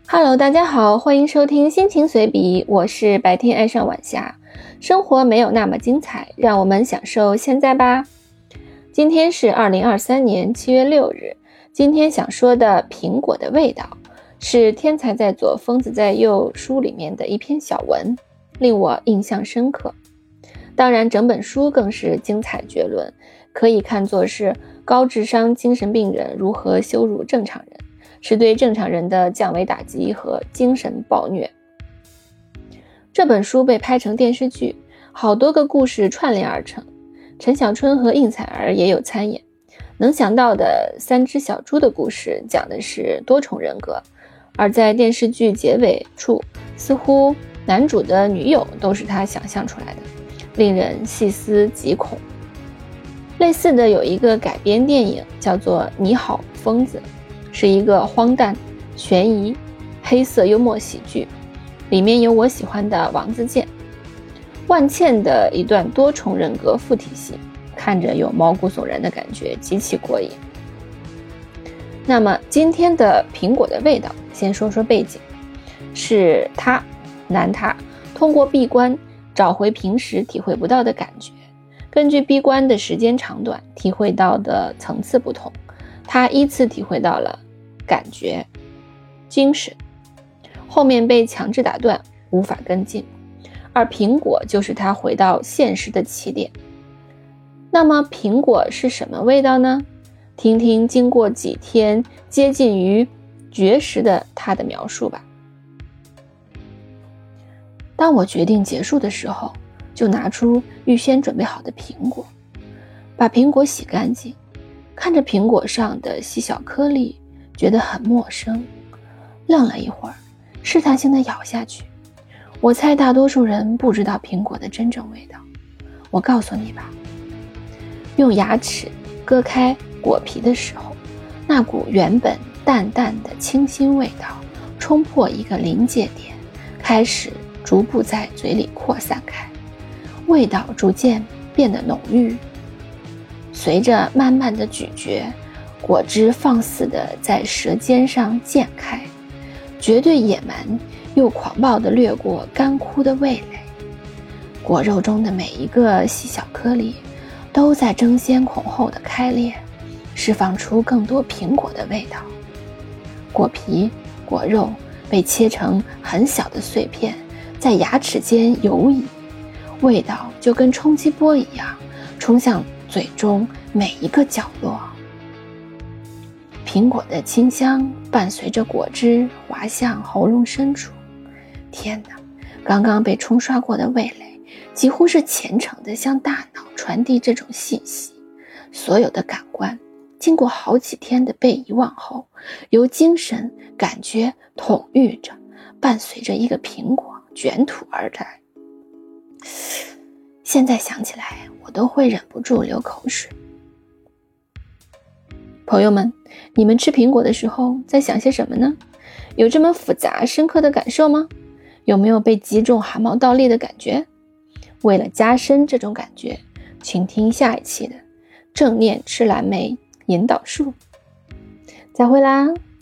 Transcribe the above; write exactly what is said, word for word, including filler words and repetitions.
Hello， 大家好，欢迎收听心情随笔，我是白天爱上晚霞。生活没有那么精彩，让我们享受现在吧。今天是二零二三年七月六日，今天想说的苹果的味道，是天才在左，疯子在右书里面的一篇小文，令我印象深刻。当然，整本书更是精彩绝伦，可以看作是高智商精神病人如何羞辱正常人，是对正常人的降维打击和精神暴虐。这本书被拍成电视剧，好多个故事串联而成，陈小春和应采儿也有参演。能想到的三只小猪的故事讲的是多重人格，而在电视剧结尾处，似乎男主的女友都是他想象出来的，令人细思极恐。类似的有一个改编电影叫做《你好，疯子》，是一个荒诞、悬疑、黑色幽默喜剧，里面有我喜欢的王自健。万茜的一段多重人格附体戏，看着有毛骨悚然的感觉，极其过瘾。那么今天的苹果的味道，先说说背景，是他男他通过闭关找回平时体会不到的感觉，根据闭关的时间长短，体会到的层次不同，他依次体会到了感觉、精神，后面被强制打断，无法跟进，而苹果就是他回到现实的起点。那么苹果是什么味道呢？听听经过几天接近于绝食的他的描述吧。当我决定结束的时候，就拿出预先准备好的苹果，把苹果洗干净，看着苹果上的细小颗粒，觉得很陌生，愣了一会儿，试探性地咬下去。我猜大多数人不知道苹果的真正味道，我告诉你吧，用牙齿割开果皮的时候，那股原本淡淡的清新味道冲破一个临界点，开始逐步在嘴里扩散开，味道逐渐变得浓郁。随着慢慢的咀嚼，果汁放肆地在舌尖上溅开，绝对野蛮又狂暴地掠过干枯的味蕾。果肉中的每一个细小颗粒都在争先恐后的开裂，释放出更多苹果的味道。果皮、果肉被切成很小的碎片，在牙齿间游移，味道就跟冲击波一样冲向嘴中每一个角落。苹果的清香伴随着果汁滑向喉咙深处，天哪，刚刚被冲刷过的味蕾几乎是虔诚地向大脑传递这种信息。所有的感官经过好几天的被遗忘后，由精神感觉统御着，伴随着一个苹果卷土而来。现在想起来，我都会忍不住流口水。朋友们，你们吃苹果的时候在想些什么呢？有这么复杂深刻的感受吗？有没有被击中汗毛倒立的感觉？为了加深这种感觉，请听下一期的正念吃蓝莓引导术。再会啦。